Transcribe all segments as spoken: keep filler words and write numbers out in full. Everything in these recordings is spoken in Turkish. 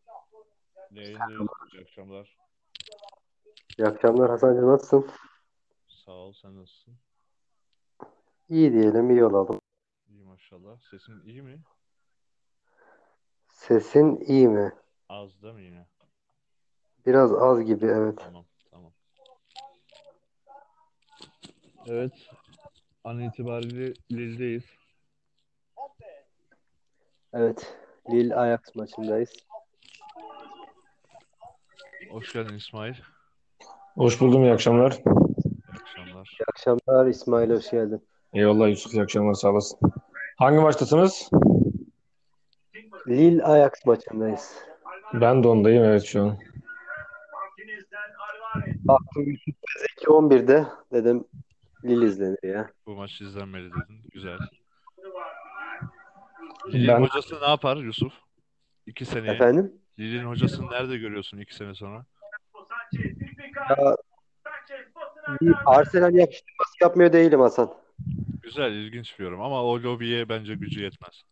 Yayındayız. İyi akşamlar. İyi akşamlar Hasan'cığım, nasılsın? Sağ ol. Sen nasılsın? İyi diyelim, iyi olalım. İyi maşallah. Sesin iyi mi? Sesin iyi mi? Az da mı yine? Biraz az gibi, evet. Tamam. Tamam. Evet. An itibariyle Lille'deyiz. Evet. Lille Ajax maçındayız. Hoş geldin İsmail. Hoş buldum, iyi akşamlar. İyi akşamlar. İyi akşamlar İsmail, hoş geldin. Eyvallah Yusuf, iyi akşamlar, sağ olasın. Hangi maçtasınız? Lille Ajax maçındayız. Ben de ondayım, evet, şu an. Baktım iki on birde dedim Lille izlenir ya. Bu maç izlenmeli dedin. Güzel. Lille'in Ben hocası ne yapar Yusuf? İki seneye. Efendim? Lille'in hocasını nerede görüyorsun iki sene sonra? Ya, bir Arsenal yakıştırması yapmıyor değilim Hasan. Güzel, ilginç bir yorum ama o lobiye bence gücü yetmez.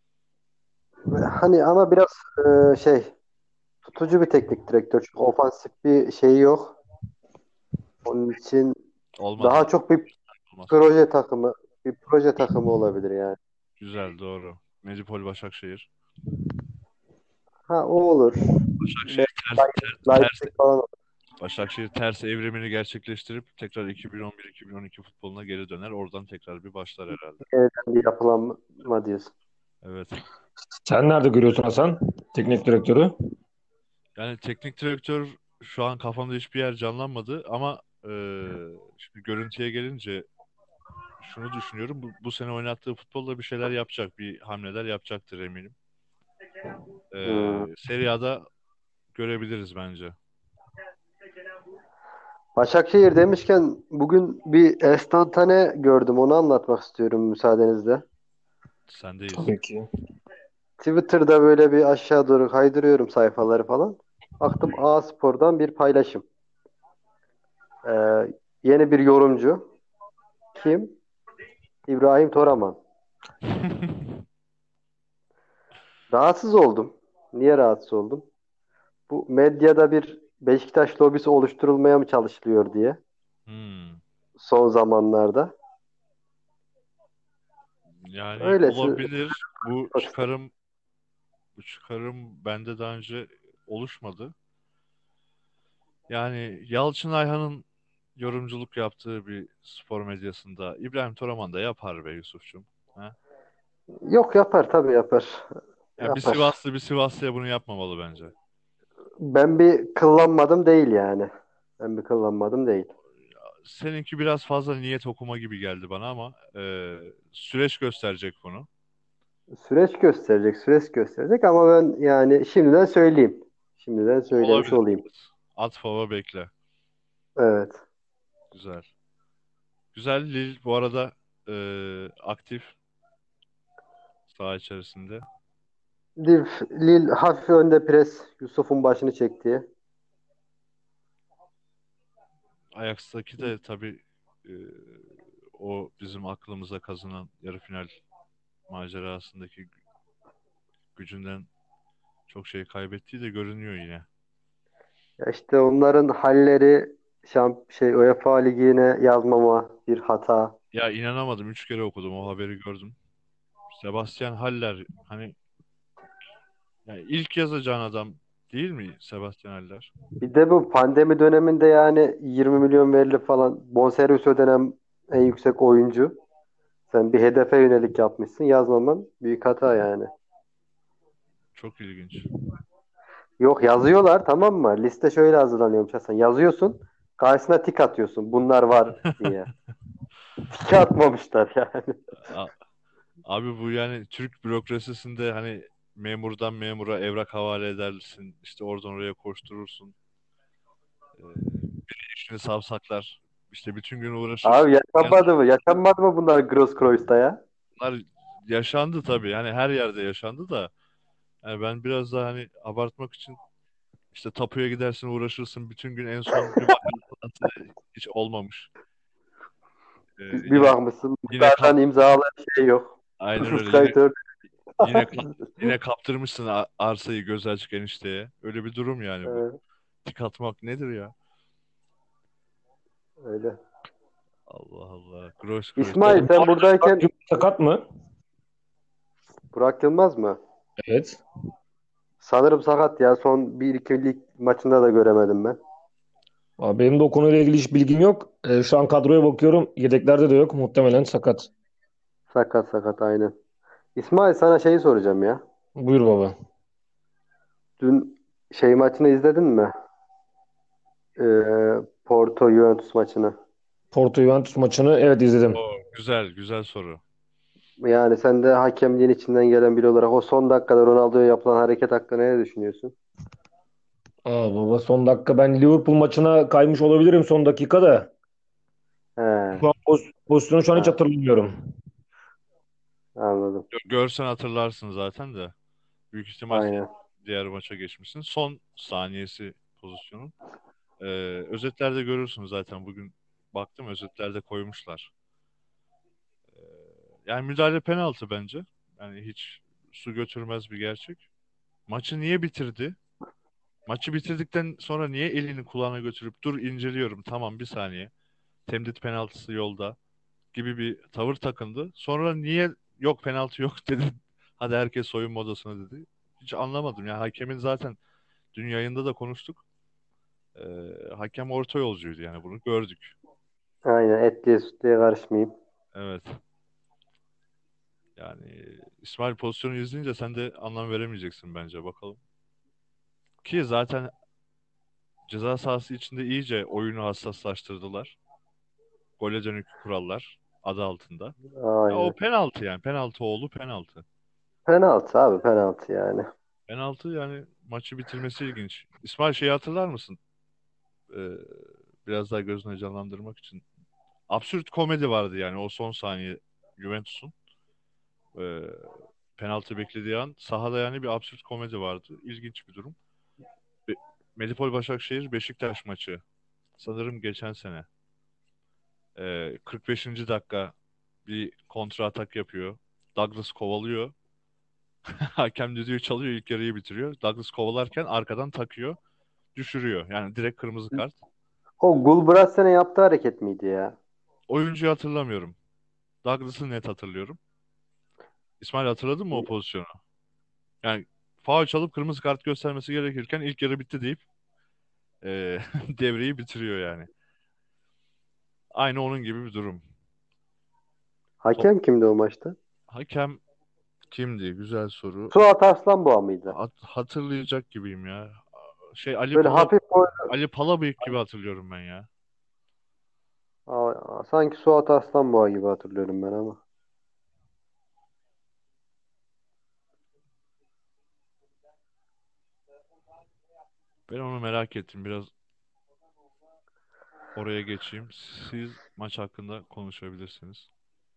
Hani ama biraz e, şey tutucu bir teknik direktör. Çünkü ofansif bir şeyi yok. Onun için Olmaz daha abi. çok bir Olmaz. proje takımı, bir proje takımı olabilir yani. Güzel, doğru. Medipol Başakşehir. Ha, o olur. Ve Başakşehir ters, ters, ters Leipzig falan olur. Başakşehir ters evrimini gerçekleştirip tekrar iki bin on bir iki bin on iki futboluna geri döner. Oradan tekrar bir başlar herhalde. Yeniden bir yapılanma diyorsun. Evet. sen nerede görüyorsun Hasan? Teknik direktörü. Yani teknik direktör şu an kafamda hiçbir yer canlanmadı ama eee, şimdi görüntüye gelince şunu düşünüyorum. Bu, bu sene oynattığı futbolda bir şeyler yapacak. Bir hamleler yapacaktır eminim. Hmm. Eee Serie A'da görebiliriz bence. Başakşehir demişken bugün bir enstantane gördüm. Onu anlatmak istiyorum müsaadenizle. Sendeyiz. Tabii ki. Twitter'da böyle bir aşağı doğru kaydırıyorum sayfaları falan. Baktım A Spor'dan bir paylaşım. Ee, Yeni bir yorumcu. Kim? İbrahim Toraman. Rahatsız oldum. Niye rahatsız oldum? Bu medyada bir Beşiktaş lobisi oluşturulmaya mı çalışılıyor diye Hmm. son zamanlarda. Yani Öylesi olabilir. Bu bak istedim. çıkarım bu çıkarım bende daha önce oluşmadı. Yani Yalçın Ayhan'ın yorumculuk yaptığı bir spor medyasında İbrahim Toraman da yapar be Yusuf'cum. Ha? Yok, yapar tabii, yapar. Yani bir Yapar. Sivaslı bir Sivaslı'ya bunu yapmamalı bence. Ben bir kıllanmadım değil yani. Ben bir kıllanmadım değil. Seninki biraz fazla niyet okuma gibi geldi bana ama e, süreç gösterecek bunu. Süreç gösterecek, süreç gösterecek ama ben yani şimdiden söyleyeyim. Şimdiden söylemiş Olabilir. olayım. At fava bekle. Evet. Güzel. Güzel Lille bu arada e, aktif saha içerisinde. Liv, Lil hafif önde pres. Yusuf'un başını çektiği. Ajax'taki de tabii e, o bizim aklımıza kazınan yarı final macerasındaki gü- gücünden çok şey kaybettiği de görünüyor yine. Ya işte onların halleri şamp şey UEFA Ligi'ne yazmama bir hata. Ya inanamadım. Üç kere okudum o haberi gördüm. Sebastian Haller hani yani ilk yazacağın adam değil mi Sebastian Haller? Bir de bu pandemi döneminde yani yirmi milyon verilip falan bonservis ödenen en yüksek oyuncu. Sen bir hedefe yönelik yapmışsın. Yazmaman büyük hata yani. Çok ilginç. Yok, yazıyorlar, tamam mı? Liste şöyle hazırlanıyormuş Hasan. Yazıyorsun. Karşısına tik atıyorsun. Bunlar var diye. Tik atmamışlar yani. A- Abi bu yani Türk bürokrasisinde hani memurdan memura evrak havale edersin. İşte oradan oraya koşturursun. Ee, işini savsaklar. İşte bütün gün uğraşırsın. Abi, yaşanmadı mı? Yaşanmadı mı bunlar Grosskreuz'da ya? Bunlar yaşandı tabii. Yani her yerde yaşandı da. Yani ben biraz daha hani abartmak için işte tapuya gidersin uğraşırsın. Bütün gün en son bir bakarsın hiç olmamış. Ee, Bir, bir yine bakmışsın yine ka- bunlardan imzalayan şey yok. aynen öyle. Yine Kayıt öyle. Yine kap- yine kaptırmışsın a- arsayı göz açık enişteye. Öyle bir durum yani bu. Evet, Tik atmak nedir ya? öyle. Allah Allah. Gross gross. İsmail Benim sen Burak buradayken Yılmaz sakat mı? Burak Yılmaz mı? Evet. Sanırım sakat ya. Son bir iki lig maçında da göremedim ben. Abi benim de o konuyla ilgili hiç bilgim yok. Ee, şu an kadroya bakıyorum. Yedeklerde de yok. Muhtemelen sakat. Sakat sakat aynen. İsmail sana şeyi soracağım ya. Buyur baba. Dün şey maçını izledin mi? Ee, Porto Juventus maçını. Porto Juventus maçını evet izledim. Oo, güzel güzel soru. Yani sen de hakemliğin içinden gelen biri olarak o son dakikada Ronaldo'ya yapılan hareket hakkında ne düşünüyorsun? Aa baba son dakika ben Liverpool maçına kaymış olabilirim son dakikada. He, Şu an poz- pozisyonu şu an hiç ha, hatırlamıyorum. anladım. Gö- Görsen hatırlarsın zaten de. Büyük ihtimal Aynen. diğer maça geçmişsin. Son saniyesi pozisyonun. Ee, özetlerde görürsünüz zaten. Bugün baktım özetlerde koymuşlar. Yani müdahale penaltı bence. Yani hiç su götürmez bir gerçek. Maçı niye bitirdi? Maçı bitirdikten sonra niye elini kulağına götürüp dur inceliyorum tamam bir saniye. Temdit penaltısı yolda gibi bir tavır takındı. Sonra niye yok penaltı yok dedi. Hadi herkes soyunma odasına dedi. Hiç anlamadım. Yani hakemin zaten dün yayında da konuştuk. Ee, hakem orta yolcuydu yani bunu gördük. Aynen etliye sütlüye karışmayayım. Evet. Yani İsmail pozisyonu izleyince sen de anlam veremeyeceksin bence bakalım. Ki zaten ceza sahası içinde iyice oyunu hassaslaştırdılar. Gole dönük kurallar adı altında. Ya o Aynen. penaltı yani. Penaltı oğlu penaltı. Penaltı abi penaltı yani. Penaltı yani maçı bitirmesi ilginç. İsmail şeyi hatırlar mısın? Ee, biraz daha gözüne canlandırmak için. Absürt komedi vardı yani o son saniye Juventus'un. Ee, penaltı beklediği an sahada yani bir absürt komedi vardı. İlginç bir durum. Be Medipol Başakşehir Beşiktaş maçı. Sanırım geçen sene. Ee, kırk beşinci dakika bir kontra atak yapıyor. Douglas kovalıyor. Hakem düdüğü çalıyor ilk yarıyı bitiriyor. Douglas kovalarken arkadan takıyor. Düşürüyor. Yani direkt kırmızı kart. O Gulbrandsen'e yaptığı hareket miydi ya? Oyuncuyu hatırlamıyorum. Douglas'ı net hatırlıyorum. İsmail hatırladın mı o pozisyonu? Yani faul çalıp kırmızı kart göstermesi gerekirken ilk yarı bitti deyip eee, devreyi bitiriyor yani. Aynı onun gibi bir durum. Top, Hakem kimdi o maçta? hakem kimdi? Güzel soru. Suat Arslanboğa mıydı? Hat- hatırlayacak gibiyim ya. Şey Ali Böyle Pala hafif boy... Ali Palabıyık gibi hatırlıyorum ben ya. Aa, sanki Suat Arslanboğa gibi hatırlıyorum ben ama. Ben onu merak ettim. Biraz oraya geçeyim. Siz maç hakkında konuşabilirsiniz.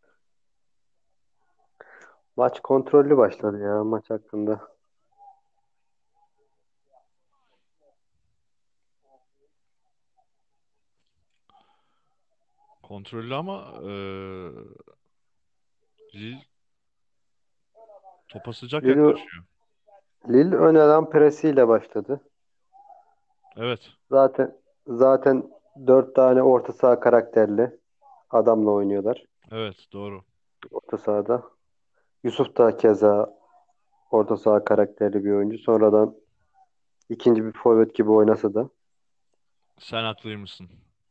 Maç kontrollü başladı ya maç hakkında. Kontrollü ama eee Lille topa sıcak Lille, yaklaşıyor. Lille ön alan presiyle başladı. Evet. Zaten zaten dört tane orta saha karakterli adamla oynuyorlar. Evet doğru. Orta sahada. Yusuf da keza orta saha karakterli bir oyuncu. Sonradan ikinci bir forvet gibi oynasa da. Sen haklıymışsın.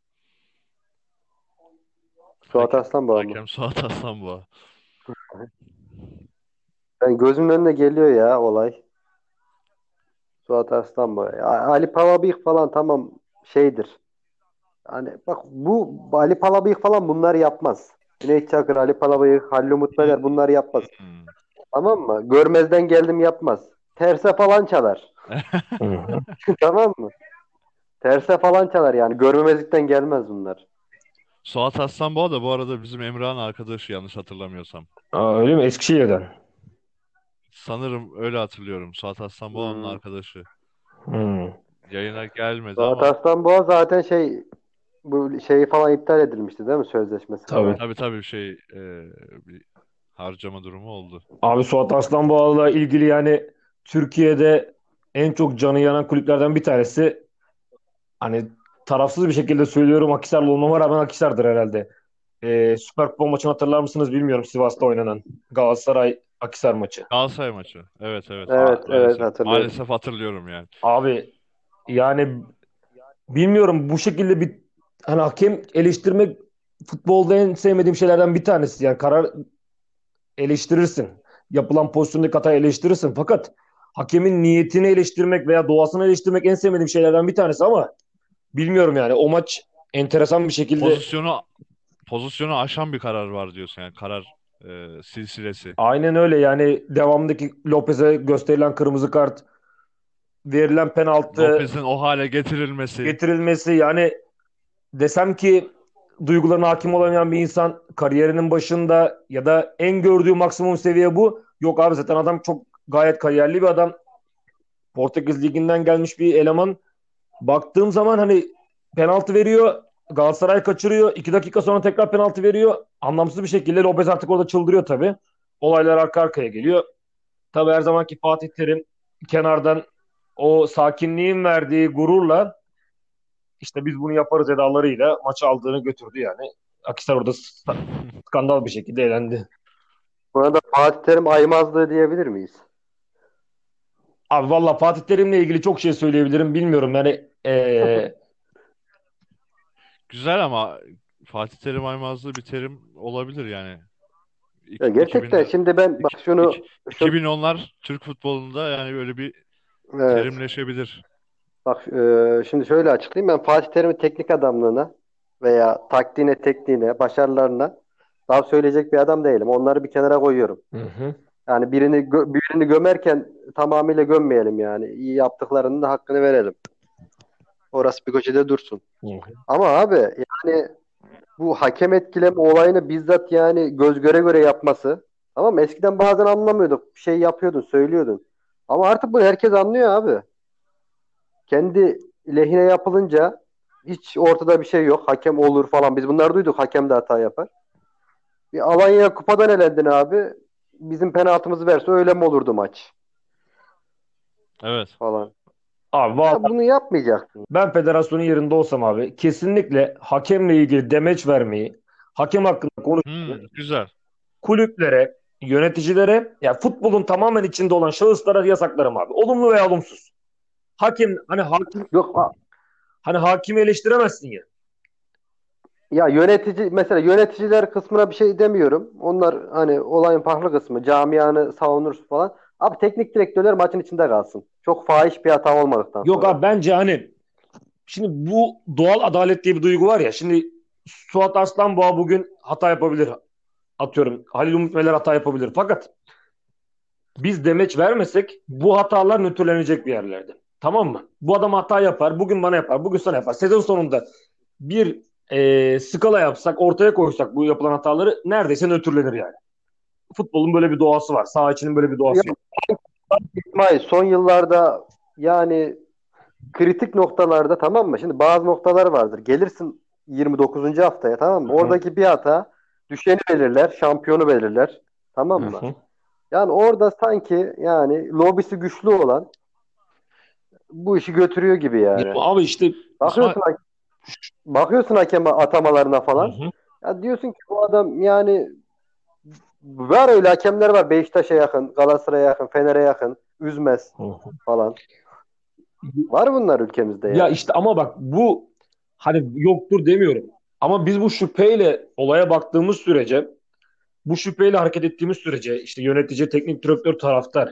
Suat Hakem, Arslanboğa mı? hakem Suat Aslanboğa. Ben gözümün önüne geliyor ya olay. Suat Arslanboğa. Ya Ali Palabıyık falan tamam şeydir. Hani bak bu Ali Palabıyık falan bunları yapmaz. Cüneyt Çakır, Ali Palabıyık, Halil Umut Meler bunları yapmaz. Hmm. Tamam mı? Görmezden geldim yapmaz. Terse falan çalar. Hı hı. Tamam mı? Terse falan çalar yani. Görmemezlikten gelmez bunlar. Suat Aslanboğa da bu arada bizim Emrah'ın arkadaşı yanlış hatırlamıyorsam. Aa, öyle mi? Eskişehir'den. Sanırım öyle hatırlıyorum. Suat Aslanboğa onun Hmm. arkadaşı. Hı. Yayına gelmedi Suat ama Arslanboğa zaten şey bu şeyi falan iptal edilmişti değil mi? Sözleşmesi Tabii. falan. tabii tabii şey e, bir harcama durumu oldu. Abi Suat Aslanboğa'yla ilgili yani Türkiye'de en çok canı yanan kulüplerden bir tanesi. Hani tarafsız bir şekilde söylüyorum, Akhisarlı olmama rağmen Akhisar'dır herhalde. Ee, Süper Kupa maçını hatırlar mısınız bilmiyorum, Sivas'ta oynanan Galatasaray Akhisar maçı. Galatasaray maçı. Evet, evet. Evet, evet, Maalesef. hatırlıyorum. Maalesef hatırlıyorum yani. Abi yani bilmiyorum, bu şekilde bir hani hakem eleştirmek futbolda en sevmediğim şeylerden bir tanesi. Yani karar eleştirirsin. Yapılan pozisyondaki hatayı eleştirirsin. Fakat hakemin niyetini eleştirmek veya doğasını eleştirmek en sevmediğim şeylerden bir tanesi, ama bilmiyorum yani o maç enteresan bir şekilde Pozisyonu pozisyonu aşan bir karar var diyorsun yani. Karar e, silsilesi. aynen öyle yani, devamındaki Lopez'e gösterilen kırmızı kart, verilen penaltı, Lopez'in o hale getirilmesi. getirilmesi, yani desem ki duygularına hakim olamayan bir insan kariyerinin başında ya da en gördüğü maksimum seviye bu. Yok abi, zaten adam çok gayet kariyerli bir adam. Portekiz Ligi'nden gelmiş bir eleman. Baktığım zaman hani penaltı veriyor. Galatasaray kaçırıyor. İki dakika sonra tekrar penaltı veriyor. Anlamsız bir şekilde Lopez artık orada çıldırıyor tabii. Olaylar arka arkaya geliyor. Tabii her zamanki Fatih Terim kenardan o sakinliğin verdiği gururla işte biz bunu yaparız edalarıyla maçı aldığını götürdü yani. Akhisar orada skandal bir şekilde elendi. Buna da Fatih Terim aymazlığı diyebilir miyiz? Abi valla Fatih Terim'le ilgili çok şey söyleyebilirim. Bilmiyorum yani ee, Güzel ama Fatih Terim aymazlığı bir terim olabilir yani. Ya İk- gerçekten 2000'ler şimdi ben bak ik- ik- şunu, şunu iki bin onlar Türk futbolunda yani böyle bir evet. terimleşebilir. Bak e, şimdi şöyle açıklayayım. Ben Fatih Terim'in teknik adamlığına veya taktiğine, tekniğine, başarılarına laf söyleyecek bir adam değilim. Onları bir kenara koyuyorum. hı hı, Yani birini gö- birini gömerken tamamıyla gömmeyelim yani. İyi yaptıklarının da hakkını verelim. Orası bir köşede dursun. hı hı. Ama abi yani bu hakem etkileme olayını bizzat yani göz göre göre yapması. Tamam mı? Eskiden bazen anlamıyorduk. Bir şey yapıyordun, söylüyordun. Ama artık bunu herkes anlıyor abi. Kendi lehine yapılınca hiç ortada bir şey yok. Hakem olur falan. Biz bunları duyduk. Hakem de hata yapar. Bir Alanya kupadan elendin abi. Bizim penaltımızı verse öyle mi olurdu maç Evet. falan. Abi valla Ya bunu yapmayacaksın. ben federasyonun yerinde olsam abi kesinlikle hakemle ilgili demeç vermeyi, hakem hakkında konuşmayı Hmm, güzel. kulüplere, yöneticilere, ya futbolun tamamen içinde olan şahıslara yasaklarım abi. Olumlu veya olumsuz. Hakem hani hakim Yok a- hani hakimi eleştiremezsin ya. ya yönetici mesela yöneticiler kısmına bir şey demiyorum. Onlar hani olayın farklı kısmı. Camianı savunursun falan. Abi teknik direktörler maçın içinde kalsın. Çok fahiş bir hata olmadıktan Yok sonra. abi, bence hani şimdi bu doğal adalet diye bir duygu var ya. Şimdi Suat Arslanboğa bugün hata yapabilir. Atıyorum Halil Umut Meler hata yapabilir. Fakat biz demeç vermesek bu hatalar nötrlenecek bir yerlerde. Tamam mı? Bu adam hata yapar. Bugün bana yapar. Bugün sana yapar. Sezon sonunda bir e, skala yapsak, ortaya koysak bu yapılan hataları neredeyse nötrlenir yani. Futbolun böyle bir doğası var. Saha içinin böyle bir Ya doğası var. İsmail son yıllarda yani kritik noktalarda tamam mı? Şimdi bazı noktalar vardır. Gelirsin yirmi dokuzuncu haftaya tamam mı? Hı Oradaki bir hata düşeni belirler, şampiyonu belirler. Tamam hı. mı? Hı. Yani orada sanki yani lobisi güçlü olan bu işi götürüyor gibi Ya yani. abi işte İsmail Bakıyorsun bakıyorsun hakem atamalarına hı falan. hı. Ya diyorsun ki bu adam yani var öyle hakemler var. Beşiktaş'a yakın, Galatasaray'a yakın, Fener'e yakın. Üzmez Hı hı. falan. Var bunlar ülkemizde Ya yani. işte ama bak bu hani yoktur demiyorum. Ama biz bu şüpheyle olaya baktığımız sürece, bu şüpheyle hareket ettiğimiz sürece işte yönetici, teknik direktör, taraftar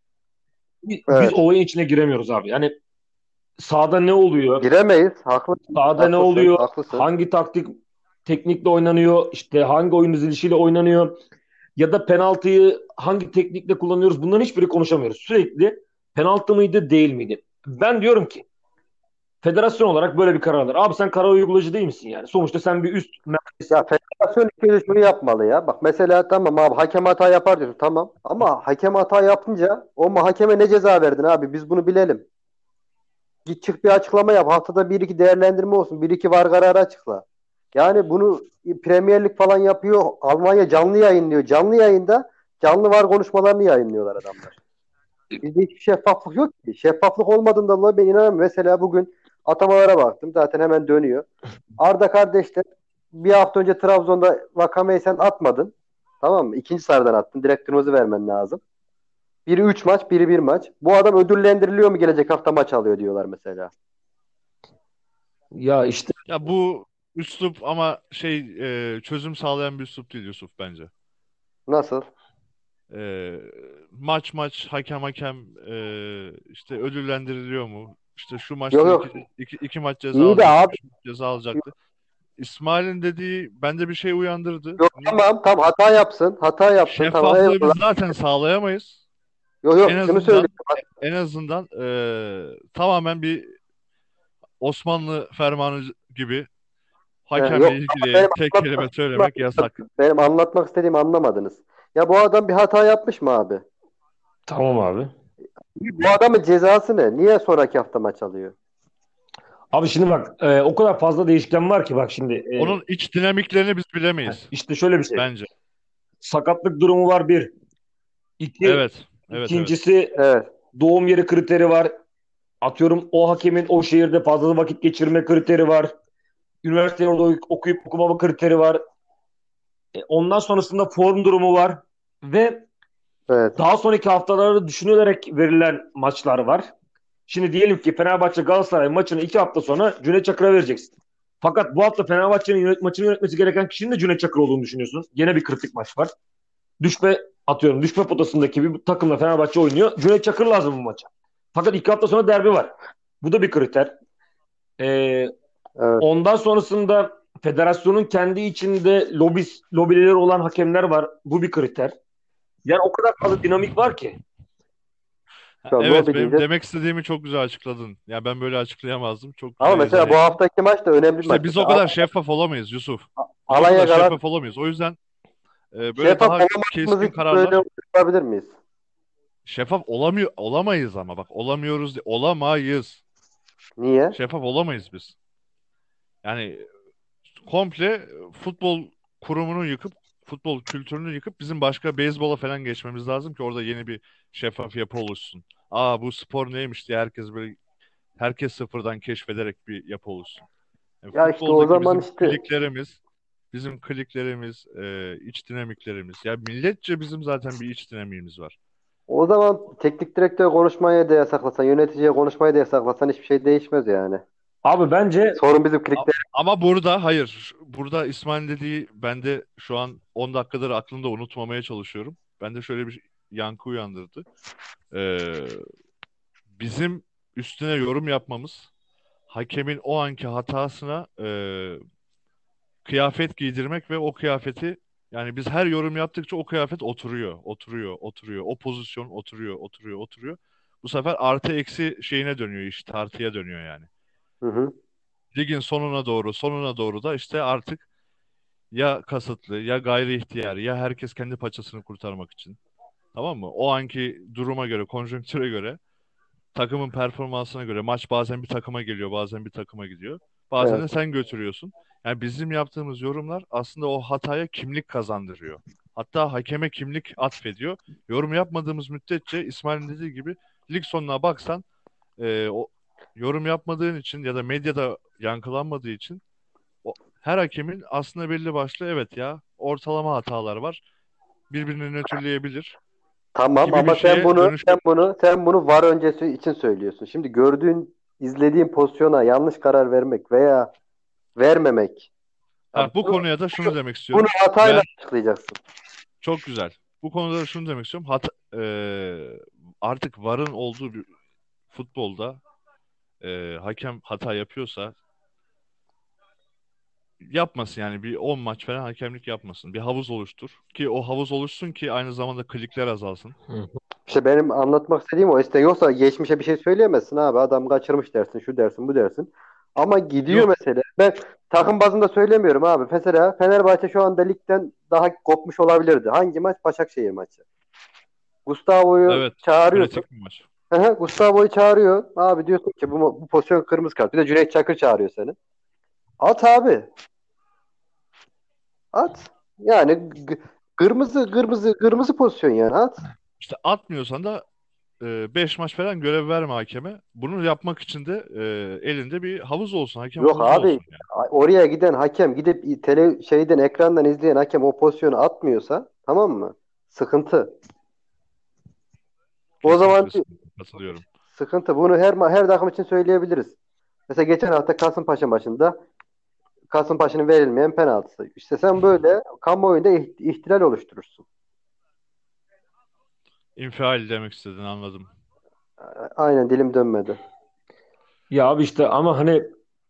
biz Evet. olayın içine giremiyoruz abi. Yani sahada ne oluyor? Giremeyiz. Haklısın. Sahada ne Haklısın. oluyor? Haklısın. Hangi taktik teknikle oynanıyor? İşte hangi oyun dizilişiyle oynanıyor? Ya da penaltıyı hangi teknikle kullanıyoruz? Bunların hiçbiri konuşamıyoruz. Sürekli penaltı mıydı, değil miydi? Ben diyorum ki federasyon olarak böyle bir karar alır. Abi sen karar uygulayıcı değil misin yani? Sonuçta sen bir üst Ya federasyon ilk önce şunu yapmalı ya. Bak mesela tamam abi hakem hata yapar diyorsun tamam. Ama hakem hata yapınca o mu hakeme ne ceza verdin abi? Biz bunu bilelim. Git çık bir açıklama yap. Haftada bir iki değerlendirme olsun. Bir iki var kararı açıkla. Yani bunu Premier Lig falan yapıyor. Almanya canlı yayınlıyor. Canlı yayında canlı var konuşmalarını yayınlıyorlar adamlar. Bizde hiçbir şeffaflık yok ki. Şeffaflık olmadığından dolayı ben inanamıyorum. Mesela bugün atamalara baktım. Zaten hemen dönüyor. Arda kardeşler bir hafta önce Trabzon'da Vakame'yi sen atmadın. Tamam mı? İkinci sarıdan attın. Direkt kırmızı vermen lazım. Biri üç maç, biri bir maç. Bu adam ödüllendiriliyor mu gelecek hafta maç alıyor diyorlar mesela. Ya işte Ya bu üslup ama şey e, çözüm sağlayan bir üslup değil Yusuf bence. Nasıl? E, maç maç hakem hakem e, işte ödüllendiriliyor mu? İşte şu Yok maçta yok. iki, iki, iki maç ceza İyi de alacaktı, abi. üç maç ceza alacaktı. İsmail'in dediği bende bir şey uyandırdı. Yok Niye? tamam tam hata yapsın. Hata yapsın. Tamam Şeffaflığı biz eyvallah. zaten sağlayamayız. Yok En yok şunu azından söyleyeyim. en azından e, tamamen bir Osmanlı fermanı gibi He, hakemle yok ama benim ilgili tek kelime anlatmak, söylemek yasak. benim anlatmak istediğimi anlamadınız. Ya bu adam bir hata yapmış mı abi? tamam abi. Bu adamın cezası ne? Niye sonraki hafta maç alıyor? Abi şimdi bak e, o kadar fazla değişken var ki bak şimdi e, Onun iç dinamiklerini biz bilemeyiz işte şöyle bir şey. bence. Sakatlık durumu var bir. İki, Evet. Evet evet. ikincisi Evet. doğum yeri kriteri var. Atıyorum o hakemin o şehirde fazla vakit geçirme kriteri var. Üniversitede orada okuyup okumama kriteri var. E, ondan sonrasında form durumu var. Ve Evet. daha sonraki haftaları düşünülerek verilen maçlar var. Şimdi diyelim ki Fenerbahçe Galatasaray maçını iki hafta sonra Cüneyt Çakır'a vereceksin. Fakat bu hafta Fenerbahçe'nin yönet maçını yönetmesi gereken kişinin de Cüneyt Çakır olduğunu düşünüyorsun. Yine bir kritik maç var. Düşme atıyorum düşme potasındaki bir takımla Fenerbahçe oynuyor. Cüneyt Çakır lazım bu maça. Fakat iki hafta sonra derbi var. Bu da bir kriter. Ee, Evet. ondan sonrasında federasyonun kendi içinde lobis, lobileri olan hakemler var. Bu bir kriter. Yani o kadar fazla dinamik var ki. Ha, Şu an evet lobi benim deyince. demek istediğimi çok güzel açıkladın. Ya ben böyle açıklayamazdım. Çok Ama güzel mesela izah bu ettin. haftaki maç da önemli bir İşte maç. biz o Mesela kadar şeffaf olamayız Yusuf. Biz o Alanya kadar Galatasaray şeffaf olamayız. O yüzden e, böyle şeffaf daha olamadığımız keskin için böyle kararlar yapabilir miyiz? şeffaf olamıyor olamayız ama bak olamıyoruz değil, olamayız. Niye? Şeffaf olamayız biz. Yani komple futbol kurumunu yıkıp futbol kültürünü yıkıp bizim başka beyzbola falan geçmemiz lazım ki orada yeni bir şeffaf yapı oluşsun. Aa bu spor neymiş diye herkes böyle herkes sıfırdan keşfederek bir yapı oluşsun. Yani Ya işte o futboldaki zaman bizim işte kliklerimiz, bizim kliklerimiz, e, iç dinamiklerimiz. Ya milletçe bizim zaten bir iç dinamiğimiz var. o zaman teknik direktör konuşmayı da yasaklasan, yöneticiye konuşmayı da yasaklasan hiçbir şey değişmez yani. Abi bence Sorun bizim A- klikler. Ama burada hayır. Burada İsmail dediği bende şu an on dakikadır aklımda unutmamaya çalışıyorum. Bende şöyle bir yankı uyandırdı. Ee, bizim üstüne yorum yapmamız, hakemin o anki hatasına e, kıyafet giydirmek ve o kıyafeti yani biz her yorum yaptıkça o kıyafet oturuyor, oturuyor, oturuyor. O pozisyon oturuyor, oturuyor, oturuyor. Bu sefer artı eksi şeyine dönüyor iş, tartıya dönüyor yani. Hı hı. Ligin sonuna doğru, sonuna doğru da işte artık ya kasıtlı ya gayri ihtiyar ya herkes kendi paçasını kurtarmak için. Tamam mı? O anki duruma göre, konjonktüre göre, takımın performansına göre maç bazen bir takıma geliyor, bazen bir takıma gidiyor. Bazen Evet. de sen götürüyorsun. Yani bizim yaptığımız yorumlar aslında o hataya kimlik kazandırıyor. Hatta hakeme kimlik atfediyor. Yorum yapmadığımız müddetçe İsmail'in dediği gibi lig sonuna baksan e, o yorum yapmadığın için ya da medyada yankılanmadığı için o, her hakemin aslında belli başlı evet ya ortalama hatalar var. Birbirini nötrleyebilir Tamam gibi bir ama sen şeye bunu sen dönüşebilir. bunu sen bunu var öncesi için söylüyorsun. Şimdi gördüğün, izlediğin pozisyona yanlış karar vermek veya vermemek. Ya Ha, bu bunu, konuya da şunu demek bunu istiyorum. hatayla Ben açıklayacaksın. çok güzel. Bu konuda da şunu demek istiyorum. Hat, eee, artık VAR'ın olduğu bir futbolda eee, hakem hata yapıyorsa yapmasın yani bir on maç falan hakemlik yapmasın. Bir havuz oluştur ki o havuz oluşsun ki aynı zamanda klikler azalsın. İşte benim anlatmak istediğim o. İşte yoksa geçmişe bir şey söyleyemezsin abi. Adam kaçırmış dersin, şu dersin, bu dersin. Ama gidiyor Yok. mesela. Ben takım bazında söylemiyorum abi. Mesela Fenerbahçe şu anda ligden daha kopmuş olabilirdi. Hangi maç? Başakşehir maçı. Gustavo'yu Evet. çağırıyorsun. Kritik bir maç. Hı hı, Gustavo'yu çağırıyor. Abi diyorsun ki bu, bu pozisyon kırmızı kart. Bir de Cüneyt Çakır çağırıyor seni. At abi. At. Yani g- kırmızı kırmızı kırmızı pozisyon yani at. İşte atmıyorsan da beş maç falan görev verme hakeme. Bunu yapmak için de e, elinde bir havuz olsun. Hakem Yok havuzu abi olsun yani. oraya giden hakem gidip tele şeyden ekrandan izleyen hakem o pozisyonu atmıyorsa tamam mı? Sıkıntı. O zaman Kesinlikle sıkıntı. Katılıyorum. sıkıntı. Bunu her ma- her takım için söyleyebiliriz. Mesela geçen hafta Kasımpaşa maçında Kasımpaşa'nın verilmeyen penaltısı. İşte sen böyle kamuoyunda iht- ihtilal oluşturursun. İnfial demek istediğini anladım. Aynen dilim dönmedi. Ya abi işte ama hani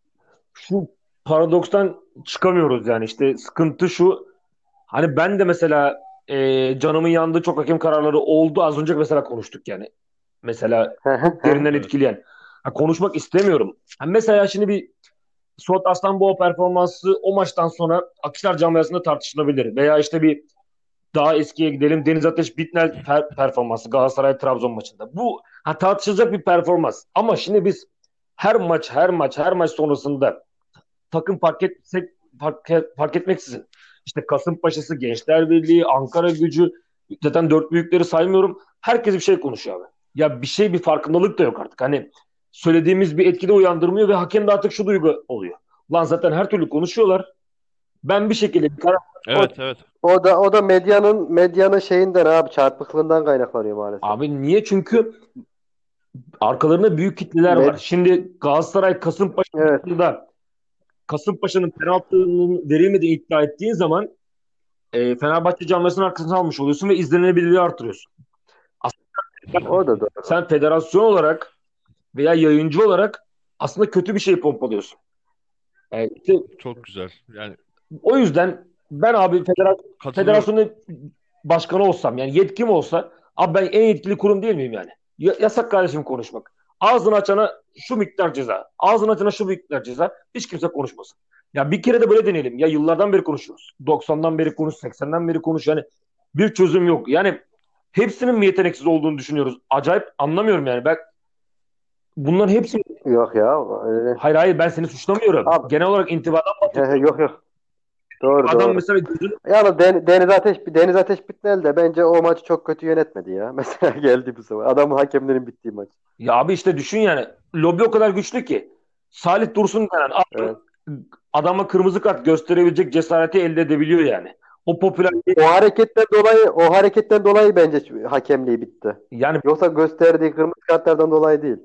şu paradokstan çıkamıyoruz yani işte sıkıntı şu hani ben de mesela e, canımın yandığı çok hakem kararları oldu az önce mesela konuştuk yani mesela çok derinden Evet. etkileyen ha, konuşmak istemiyorum ha, mesela şimdi bir Suat Aslanboğa performansı o maçtan sonra Akhisar camiasında tartışılabilir veya işte bir daha eskiye gidelim Deniz Ateş Bitnel per- performansı Galatasaray Trabzon maçında bu ha, tartışılacak bir performans ama şimdi biz her maç her maç her maç sonrasında takım fark etsek fark, fark etmeksizin işte Kasımpaşa'sı, Gençler Birliği, Ankara Gücü zaten dört büyükleri saymıyorum. Herkes bir şey konuşuyor abi. Ya bir şey bir farkındalık da yok artık. Hani söylediğimiz bir etki de uyandırmıyor ve hakem de artık şu duygu oluyor. Lan zaten her türlü konuşuyorlar. Ben bir şekilde bir karar... O, Evet, evet. o da o da medyanın medyanın şeyinden abi çarpıklığından kaynaklanıyor maalesef. Abi niye? Çünkü arkalarında büyük kitleler var. Med Şimdi Galatasaray Kasımpaşa evet. maçında Kasımpaşa'nın penaltının verilmediğini iddia ettiğin zaman e, Fenerbahçe camiasının arkasına almış oluyorsun ve izlenebilirliği artırıyorsun. Aslında O da doğru. sen federasyon olarak veya yayıncı olarak aslında kötü bir şey pompalıyorsun. Yani işte Çok güzel. Yani o yüzden ben abi federasyon, katılıyorum. federasyonun başkanı olsam yani yetkim olsa abi ben en yetkili kurum değil miyim yani? Ya- yasak kardeşim konuşmak. Ağzını açana şu miktar ceza. Ağzını açana şu miktar ceza. Hiç kimse konuşmasın. Ya bir kere de böyle deneyelim. Ya yıllardan beri konuşuyoruz. doksandan beri konuş, seksenden beri konuş. Yani bir çözüm yok. Yani hepsinin mi yeteneksiz olduğunu düşünüyoruz? Acayip anlamıyorum yani. Ben bunların hepsi Yok ya. Öyle. hayır hayır ben seni suçlamıyorum. Abi Genel olarak intibadan bahsediyorum. yok yok. Doğru Adam doğru. mesela gözün Yani Den- Deniz Ateş Deniz Ateş Bitmel de bence o maçı çok kötü yönetmedi ya. Mesela geldi bu sefer. Adamın hakemlerin bittiği maç. ya abi işte düşün yani lobi o kadar güçlü ki Salih Dursun denen adam Evet. adama kırmızı kart gösterebilecek cesareti elde edebiliyor yani. O popüler O hareketten dolayı o hareketten dolayı bence hakemliği bitti. yani Yoksa gösterdiği kırmızı kartlardan dolayı değil.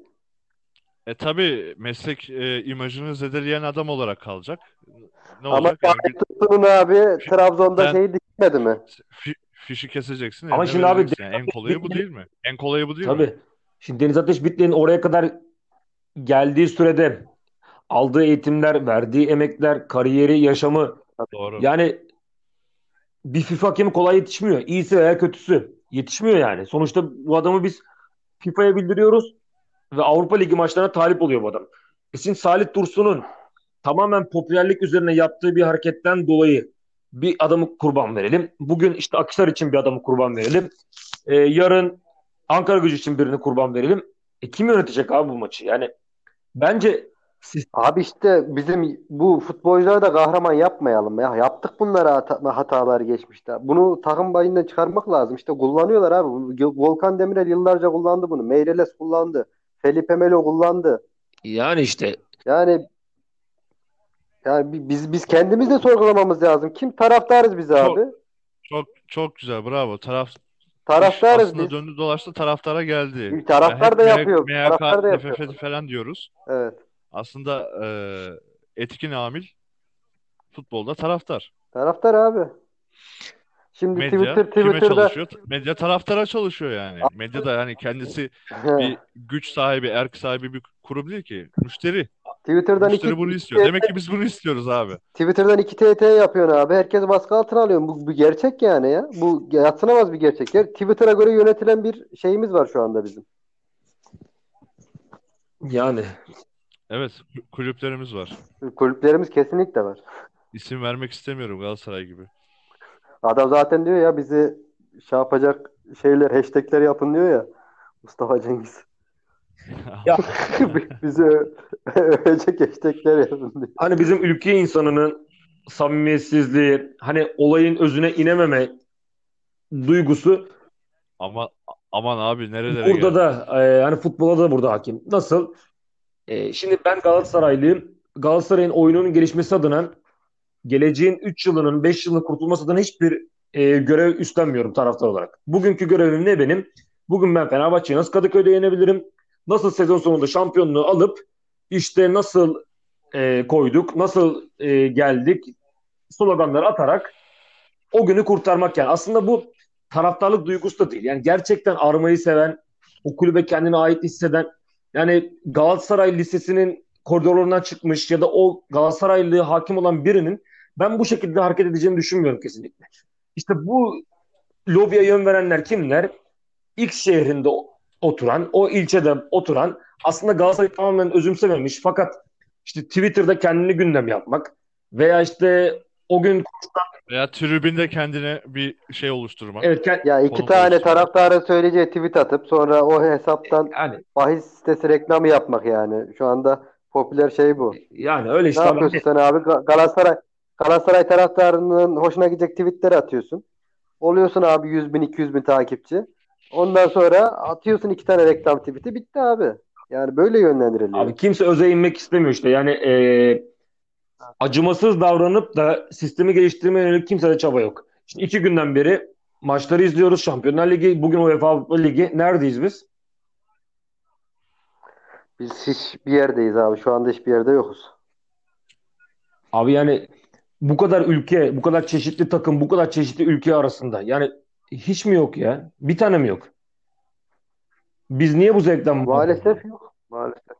E tabii meslek e, imajını zedeleyen adam olarak kalacak. Ne Ama olacak? Yani Salih bir, Tutsun'un abi fi- Trabzon'da sen şeyi dikmedi mi? fi- fişi keseceksin, ama eline şimdi abi vereceksin. Deniz Yani en Ateş kolayı bu Bitne değil mi? En kolayı bu değil mi? tabii şimdi Deniz Ateş Bitne'nin oraya kadar geldiği sürede aldığı eğitimler, verdiği emekler, kariyeri, yaşamı Doğru. yani bir FIFA hakemi kolay yetişmiyor. İyisi veya kötüsü yetişmiyor yani. Sonuçta bu adamı biz FIFA'ya bildiriyoruz ve Avrupa Ligi maçlarına talip oluyor bu adam. E şimdi Salih Dursun'un tamamen popülerlik üzerine yaptığı bir hareketten dolayı bir adamı kurban verelim. Bugün işte Akhisar için bir adamı kurban verelim. E, yarın Ankara Gücü için birini kurban verelim. E, kim yönetecek abi bu maçı? Yani bence siz, Abi işte bizim bu futbolcuları da kahraman yapmayalım ya. Yaptık bunlara hata, hatalar geçmişte. Bunu takım başından çıkarmak lazım. İşte kullanıyorlar abi. Volkan Demirel yıllarca kullandı bunu. Meireles kullandı. Felipe Melo kullandı. yani işte Yani yani bi- biz biz kendimiz de sorgulamamız lazım. Kim taraftarız biz Çok abi? çok çok güzel. Bravo. Taraf iş Taraftarız aslında biz. döndü dolaştı taraftara geldi. Bir Ya taraftar hep da M- yapıyor. MHK, Taraftar da yapıyor. T F F falan diyoruz. Evet. Aslında e, etkin amil futbolda taraftar. Taraftar abi. Şimdi Medya Twitter kime Twitter'da çalışıyor? Medya taraftara çalışıyor yani. Medya da yani kendisi bir güç sahibi, erk sahibi bir kurum değil ki. Müşteri. Twitter'dan iki, Müşteri bunu iki istiyor. Demek ki biz bunu istiyoruz abi. Twitter'dan iki T T yapıyorsun abi. Herkes baskı altına alıyor. Bu, bu gerçek yani ya. Bu yadsınamaz bir gerçek. Ger- Twitter'a göre yönetilen bir şeyimiz var şu anda bizim. yani Evet, kulüplerimiz var. Kulüplerimiz kesinlikle var. İsim vermek istemiyorum Galatasaray gibi. Adam zaten diyor ya bizi şey yapacak şeyler, hashtagler yapın diyor ya. Mustafa Cengiz. ya Bizi ö- övecek hashtagler yapın diyor. hani bizim ülke insanının samimiyetsizliği, hani olayın özüne inememe duygusu Ama aman abi nerelere burada geldik? da e, hani futbola da burada hakim. Nasıl? E, şimdi ben Galatasaraylıyım. Galatasaray'ın oyununun gelişmesi adına geleceğin üç yılının beş yılının kurtulması adına hiçbir e, görev üstlenmiyorum taraftar olarak. Bugünkü görevim ne benim? Bugün ben Fenerbahçe'yi nasıl Kadıköy'de yenebilirim? Nasıl sezon sonunda şampiyonluğu alıp işte nasıl e, koyduk, nasıl e, geldik sloganları atarak o günü kurtarmak yani. Aslında bu taraftarlık duygusu da değil. Yani gerçekten armayı seven, o kulübe kendine ait hisseden, yani Galatasaray Lisesi'nin koridorlarından çıkmış ya da o Galatasaraylı'ya hakim olan birinin ben bu şekilde hareket edeceğini düşünmüyorum kesinlikle. İşte bu lobiye yön verenler kimler? X şehrinde oturan, o ilçede oturan, aslında Galatasaray'ı tamamen özümsememiş fakat işte Twitter'da kendini gündem yapmak veya işte o gün Veya tribünde kendine bir şey oluşturmak, evet kend- Ya iki konum tane oluşturmak. taraftarın söyleyeceği tweet atıp sonra o hesaptan yani bahis sitesi reklamı yapmak yani. Şu anda popüler şey bu. yani öyle Ne işte adam. yapıyorsun sen abi? Ga- Galatasaray Galatasaray taraftarının hoşuna gidecek tweetleri atıyorsun. Oluyorsun abi yüz bin iki yüz bin takipçi. Ondan sonra atıyorsun iki tane reklam tweet'i bitti abi. Yani böyle yönlendiriliyor. Abi kimse öze inmek istemiyor işte. Yani e, acımasız davranıp da sistemi geliştirmeye yönelik kimsede çaba yok. Şimdi iki günden beri maçları izliyoruz. Şampiyonlar Ligi, bugün UEFA Avrupa Ligi. Neredeyiz biz? Biz hiçbir yerdeyiz abi. Şu anda hiçbir yerde yokuz. Abi yani bu kadar ülke, bu kadar çeşitli takım, bu kadar çeşitli ülke arasında. Yani hiç mi yok ya? Bir tane mi yok? Biz niye bu zevkten mahrum? Maalesef yok. Maalesef.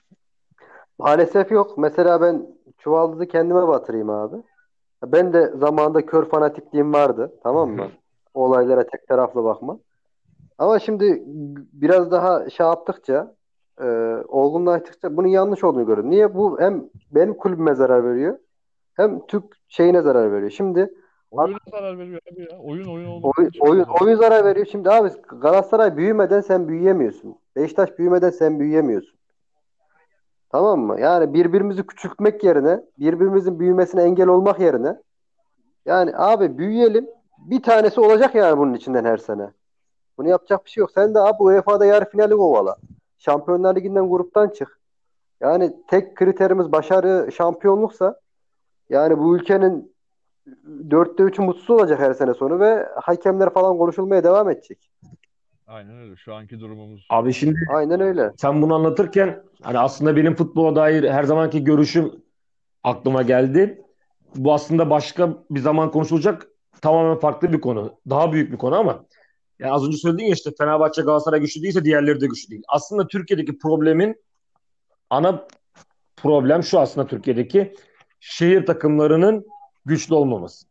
Maalesef yok. Mesela ben çuvaldızı kendime batırayım abi. Ben de zamanında kör fanatikliğim vardı. Tamam mı? Olaylara tek taraflı bakma. Ama şimdi biraz daha şey yaptıkça e, olgunlaştıkça bunun yanlış olduğunu görüyorum. Niye? Bu hem benim kulübüme zarar veriyor hem Türk şeyine zarar veriyor. Şimdi Oyuna zarar veriyor abi ya. Oyun oyun olmadığı oyun, için oyun, zarar oyun veriyor. zarar veriyor. Şimdi abi Galatasaray büyümeden sen büyüyemiyorsun. Beşiktaş büyümeden sen büyüyemiyorsun. Tamam mı? Yani birbirimizi küçültmek yerine, birbirimizin büyümesine engel olmak yerine yani abi büyüyelim. Bir tanesi olacak yani bunun içinden her sene. Bunu yapacak bir şey yok. Sen de abi U E F A'da yarı finali kovala. Şampiyonlar Ligi'nden gruptan çık. Yani tek kriterimiz başarı, şampiyonluksa yani bu ülkenin dörtte üçü mutsuz olacak her sene sonu ve hakemler falan konuşulmaya devam edecek. Aynen öyle. Şu anki durumumuz Abi şimdi Aynen öyle. maalesef. sen bunu anlatırken hani aslında benim futbola dair her zamanki görüşüm aklıma geldi. Bu aslında başka bir zaman konuşulacak tamamen farklı bir konu. Daha büyük bir konu ama yani az önce söyledin ya işte Fenerbahçe Galatasaray güçlü değilse diğerleri de güçlü değil. Aslında Türkiye'deki problemin ana problem şu aslında Türkiye'deki şehir takımlarının güçlü olmaması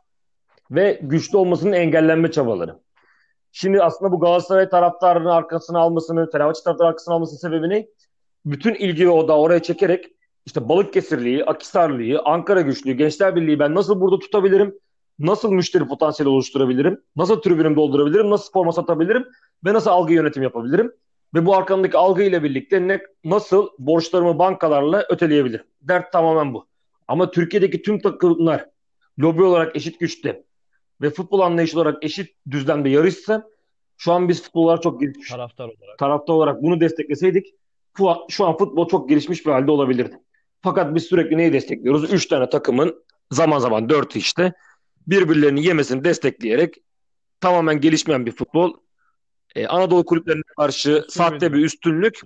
ve güçlü olmasının engellenme çabaları. Şimdi aslında bu Galatasaray taraftarının arkasına almasını, Fenerbahçe taraftarının arkasına almasının sebebi ne? Bütün ilgi odağı oraya çekerek işte Balıkesirliği, Akhisarlı'yı, Ankara Güçlüğü, Gençler Birliği ben nasıl burada tutabilirim? Nasıl müşteri potansiyeli oluşturabilirim? Nasıl tribünümü doldurabilirim? Nasıl forma satabilirim? Ve nasıl algı yönetim yapabilirim? Ve bu arkamdaki algı ile birlikte ne, nasıl borçlarımı bankalarla öteleyebilirim? Dert tamamen bu. Ama Türkiye'deki tüm takımlar lobi olarak eşit güçte ve futbol anlayışı olarak eşit düzlemde yarışsa şu an biz futbol olarak çok gelişmiş Taraftar olarak. tarafta olarak bunu destekleseydik şu an futbol çok gelişmiş bir halde olabilirdi. Fakat biz sürekli neyi destekliyoruz? Üç tane takımın zaman zaman dört işte birbirlerini yemesini destekleyerek tamamen gelişmeyen bir futbol. Ee, Anadolu kulüplerine karşı Mastürbe sahte bir ediyoruz. üstünlük.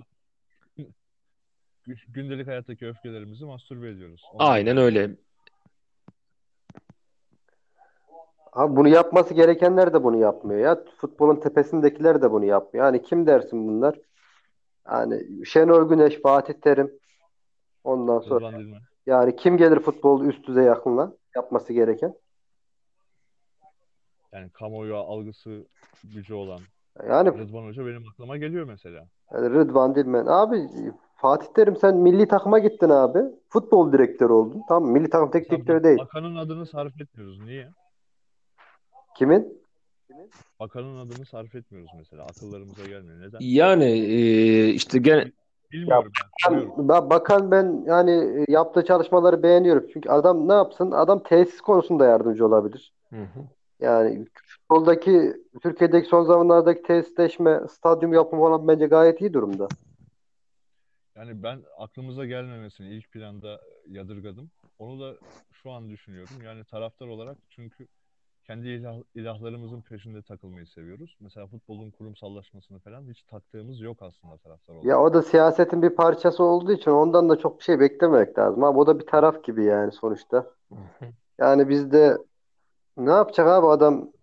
Gündelik hayattaki öfkelerimizi mastürbe ediyoruz. Onunla Aynen uğraşıyoruz. öyle. Abi bunu yapması gerekenler de bunu yapmıyor ya. Futbolun tepesindekiler de bunu yapmıyor. Yani kim dersin bunlar? Yani Şenol Güneş, Fatih Terim ondan sonra Rıdvan Dilmen. yani kim gelir futbol üst düzey yakınla yapması gereken? Yani kamuoyu algısı gücü olan Yani Rıdvan Hoca benim aklıma geliyor mesela. Yani Rıdvan Dilmen. Abi Fatih Terim sen milli takıma gittin abi. Futbol direktörü oldun. Tamam mı? Milli takım teknik Mesela direktörü bak, değil. bakanın adını sarf etmiyoruz. Niye? Kimin? Bakanın adını sarf etmiyoruz mesela. Akıllarımıza gelmiyor. Neden? Yani e, işte gene Bir, Ya Bilmiyorum ben. Soruyorum. ben, bakan ben yani e, yaptığı çalışmaları beğeniyorum. Çünkü adam ne yapsın? Adam tesis konusunda yardımcı olabilir. Hı hı. Yani futboldaki Türkiye'deki son zamanlardaki tesisleşme, stadyum yapımı falan bence gayet iyi durumda. Yani ben aklımıza gelmemesini ilk planda yadırgadım. Onu da şu an düşünüyorum. Yani taraftar olarak, çünkü kendi ilah, ilahlarımızın peşinde takılmayı seviyoruz. Mesela futbolun kurumsallaşmasını falan hiç taktığımız yok aslında taraftar Ya olarak. o da siyasetin bir parçası olduğu için ondan da çok bir şey beklememek lazım. Abi o da bir taraf gibi yani sonuçta. Hı hı. Yani bizde ne yapacak abi adam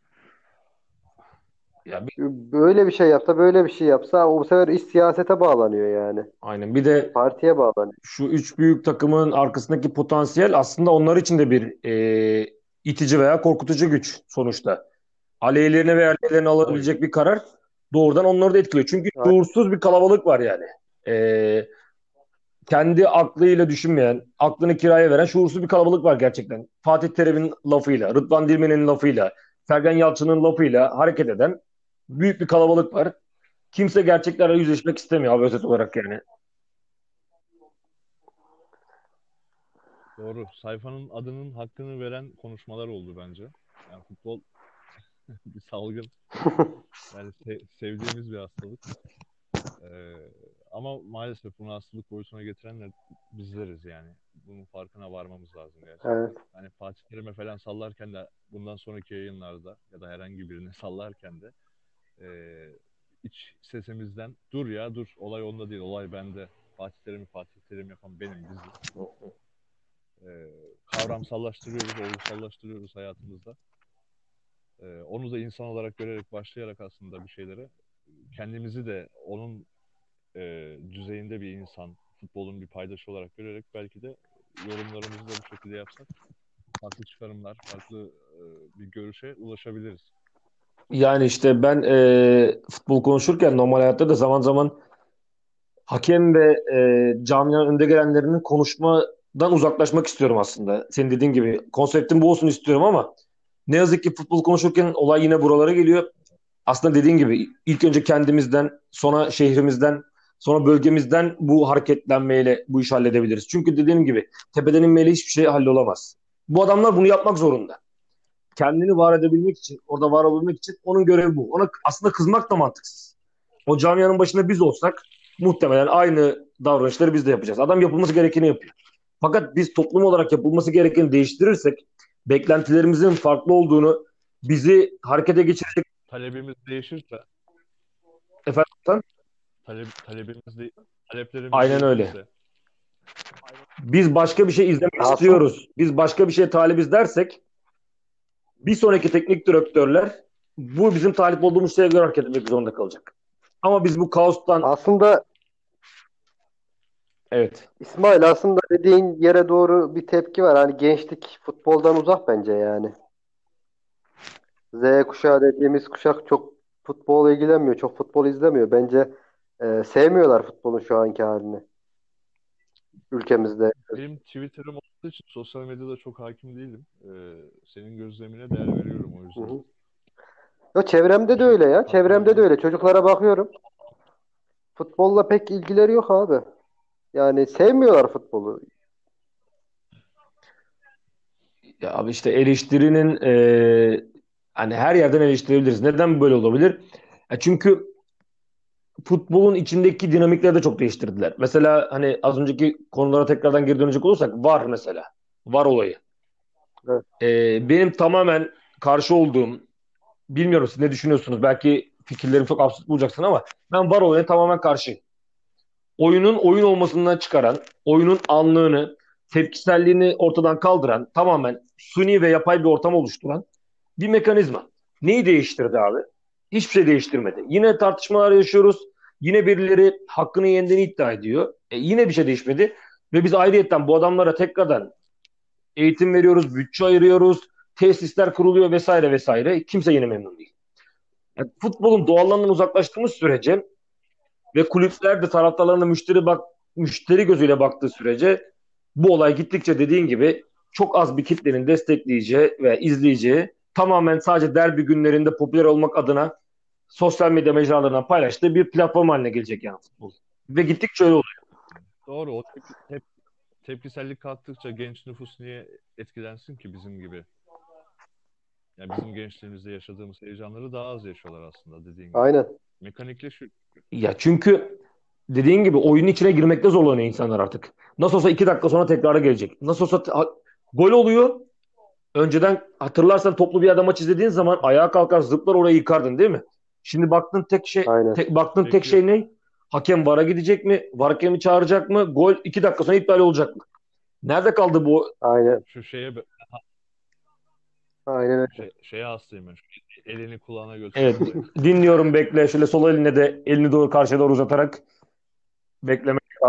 Ya bir, böyle bir şey yapsa böyle bir şey yapsa o bu sefer iş siyasete bağlanıyor yani. aynen. Bir de Partiye bağlanıyor. şu üç büyük takımın arkasındaki potansiyel aslında onlar için de bir e, itici veya korkutucu güç sonuçta. Aleyhlerine veya aleyhlerine Tabii. alınabilecek bir karar doğrudan onları da etkiliyor. Çünkü şuursuz bir kalabalık var yani. E, kendi aklıyla düşünmeyen, aklını kiraya veren şuursuz bir kalabalık var gerçekten. Fatih Terim'in lafıyla, Rıdvan Dilmen'in lafıyla, Sergen Yalçın'ın lafıyla hareket eden büyük bir kalabalık var. Kimse gerçeklerle yüzleşmek istemiyor abi, özet olarak yani. Doğru. Sayfanın adının hakkını veren konuşmalar oldu bence. Yani futbol bir salgın. Yani se- sevdiğimiz bir hastalık. Ee, ama maalesef bunu hastalık boyutuna getirenler bizleriz yani. Bunun farkına varmamız lazım gerçekten. Evet. Hani Fatih Terim'e falan sallarken de, bundan sonraki yayınlarda ya da herhangi birine sallarken de ee, iç sesimizden dur ya dur, olay onda değil, olay bende. Fatih Terim'i Fatih Terim yapan benim, biziz. Ee, kavramsallaştırıyoruz, olgusallaştırıyoruz hayatımızda. Ee, onu da insan olarak görerek, başlayarak aslında bir şeylere, kendimizi de onun e, düzeyinde bir insan, futbolun bir paydaşı olarak görerek belki de yorumlarımızı da bu şekilde yapsak farklı çıkarımlar, farklı e, bir görüşe ulaşabiliriz. Yani işte ben e, futbol konuşurken normal hayatta da zaman zaman hakem ve e, camianın önde gelenlerinin konuşmadan uzaklaşmak istiyorum aslında. Senin dediğin gibi konseptim bu olsun istiyorum ama ne yazık ki futbol konuşurken olay yine buralara geliyor. Aslında dediğin gibi ilk önce kendimizden, sonra şehrimizden, sonra bölgemizden bu hareketlenmeyle bu işi halledebiliriz. Çünkü dediğim gibi tepeden inmeyle hiçbir şey hallolamaz. Bu adamlar bunu yapmak zorunda. Kendini var edebilmek için, orada var olabilmek için onun görevi bu. Ona aslında kızmak da mantıksız. O camianın başında biz olsak muhtemelen aynı davranışları biz de yapacağız. Adam yapılması gerekeni yapıyor. Fakat biz toplum olarak yapılması gerekeni değiştirirsek, beklentilerimizin farklı olduğunu, bizi harekete geçirecek Talebimiz değişirse, efendim, talep, talebimiz de, taleplerimiz aynen öyle. değişirse, Biz başka bir şey izlemek Aslında istiyoruz. Biz başka bir şeye talibiz dersek bir sonraki teknik direktörler bu bizim talip olduğumuz şeye göre hareket etmek zorunda kalacak. Ama biz bu kaostan, aslında evet, İsmail aslında dediğin yere doğru bir tepki var. Hani gençlik futboldan uzak bence yani. Z kuşağı dediğimiz kuşak çok futbola ilgilenmiyor. Çok futbol izlemiyor. Bence e, sevmiyorlar futbolun şu anki halini ülkemizde. benim Twitter'ım olduğu için sosyal medyada çok hakim değilim. Ee, senin gözlemine değer veriyorum o Hı yüzden. hı. Yo, çevremde Bu de öyle şekilde ya. takip Çevremde de ediyorum. öyle. Çocuklara bakıyorum. Futbolla pek ilgileri yok abi. Yani sevmiyorlar futbolu. ya abi işte eleştirinin e, hani her yerden eleştirebiliriz. Neden böyle olabilir? Ya çünkü futbolun içindeki dinamikleri de çok değiştirdiler. Mesela hani az önceki konulara tekrardan geri dönecek olursak var mesela. Var olayı. Evet. E, benim tamamen karşı olduğum, bilmiyorum siz ne düşünüyorsunuz? Belki fikirlerimi çok absürt bulacaksın ama ben var olayına tamamen karşıyım. Oyunun oyun olmasından çıkaran, oyunun anlığını, tepkiselliğini ortadan kaldıran, tamamen suni ve yapay bir ortam oluşturan bir mekanizma. Neyi değiştirdi abi? Hiçbir şey değiştirmedi. Yine tartışmalar yaşıyoruz. Yine birileri hakkını yendiğini iddia ediyor. E, yine bir şey değişmedi. Ve biz ayrıyetten bu adamlara tekrardan eğitim veriyoruz, bütçe ayırıyoruz, tesisler kuruluyor vesaire vesaire. Kimse yine memnun değil. Yani futbolun doğallığından uzaklaştığımız sürece ve kulüpler de taraftarlarına müşteri bak müşteri gözüyle baktığı sürece bu olay gittikçe dediğin gibi çok az bir kitlenin destekleyeceği ve izleyeceği, tamamen sadece derbi günlerinde popüler olmak adına sosyal medya mecralarından paylaştığı bir platform haline gelecek yani futbol. Ve gittikçe öyle oluyor. Doğru. O tep- tep- tepkisellik kalktıkça genç nüfus niye etkilensin ki bizim gibi? Yani bizim gençliğimizde yaşadığımız heyecanları daha az yaşıyorlar aslında dediğin gibi. Aynen. Mekanikleşiyor. Ya çünkü dediğin gibi oyunun içine girmekte zorlanıyor insanlar artık. Nasıl olsa iki dakika sonra tekrara gelecek. Nasıl olsa t- ha- gol oluyor. Önceden hatırlarsan toplu bir yerde maç izlediğin zaman ayağa kalkar zıplar orayı yıkardın değil mi? Şimdi baktın tek şey Aynen. tek, baktın tek Bekliyor. şey ne? Hakem VAR'a gidecek mi? VAR hakemi çağıracak mı? Gol iki dakika sonra iptal olacak mı? Nerede kaldı bu? Aynen. Şu şeye Aynen öyle. şey, şeye hastayım ben. Şu elini kulağına Evet, götüren olayı. dinliyorum bekle. Şöyle sol eline de elini doğru karşıya doğru uzatarak beklemek kal.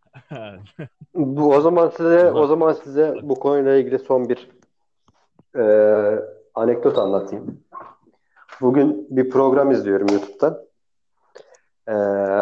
Bu o zaman size o Ulan zaman size bu konuyla ilgili son bir e, anekdot anlatayım. Bugün bir program izliyorum YouTube'dan. E,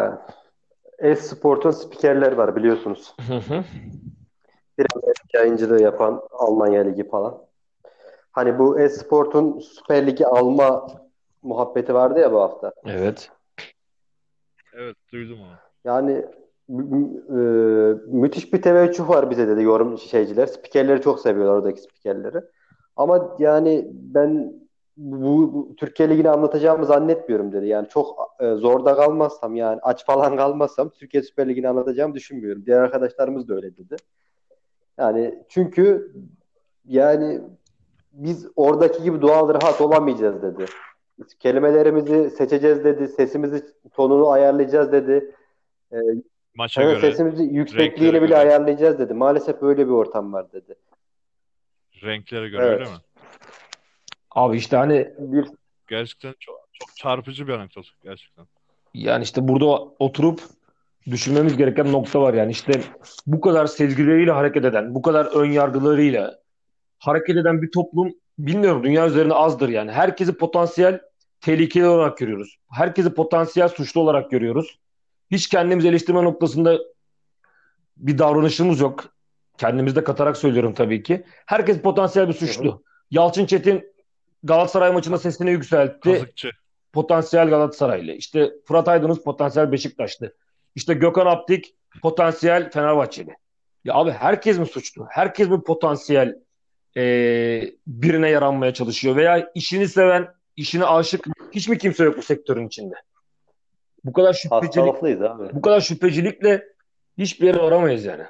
E-Sport'un spikerleri var biliyorsunuz. Hı hı. Biraz yayıncılığı yapan Almanya Ligi falan. Hani bu E-Sport'un Süper Lig'i alma muhabbeti vardı ya bu hafta. Evet. evet duydum onu. Yani mü- mü- e, müthiş bir teveccüh var bize dedi yorum şeyciler. Spikerleri çok seviyorlar oradaki spikerleri. Ama yani ben bu, bu Türkiye Ligi'ni anlatacağımı zannetmiyorum dedi. Yani çok e, zorda kalmazsam yani aç falan kalmazsam Türkiye Süper Ligi'ni anlatacağımı düşünmüyorum. Diğer arkadaşlarımız da öyle dedi. Yani çünkü yani biz oradaki gibi doğal rahat olamayacağız dedi. Kelimelerimizi seçeceğiz dedi. Sesimizi tonunu ayarlayacağız dedi. E, Maça Ha, göre, Sesimizi renklere yüksekliğini bile göre, ayarlayacağız dedi. Maalesef böyle bir ortam var dedi. renklere göre öyle mi? Evet. Abi işte hani Bir Gerçekten çok, çok çarpıcı bir anekdot. Gerçekten. yani işte burada oturup düşünmemiz gereken nokta var yani işte bu kadar sezgileriyle hareket eden, bu kadar ön yargılarıyla hareket eden bir toplum bilmiyorum dünya üzerinde azdır yani. Herkesi potansiyel tehlikeli olarak görüyoruz. Herkesi potansiyel suçlu olarak görüyoruz. Hiç kendimizi eleştirme noktasında bir davranışımız yok. Kendimizi de katarak söylüyorum tabii ki. Herkes potansiyel bir hı hı. suçlu. Yalçın Çetin Galatasaray maçında Ka- sesini yükseltti. kazıkçı. Potansiyel Galatasaraylı. İşte Fırat Aydınus potansiyel Beşiktaşlı. İşte Gökhan Aptik potansiyel Fenerbahçeli. Ya abi herkes mi suçlu? Herkes mi potansiyel e, birine yaranmaya çalışıyor? Veya işini seven, işine aşık hiç mi kimse yok bu sektörün içinde? Bu kadar şüphecilik, Hastalıklıyız abi. bu kadar şüphecilikle hiçbir yere varamayız yani.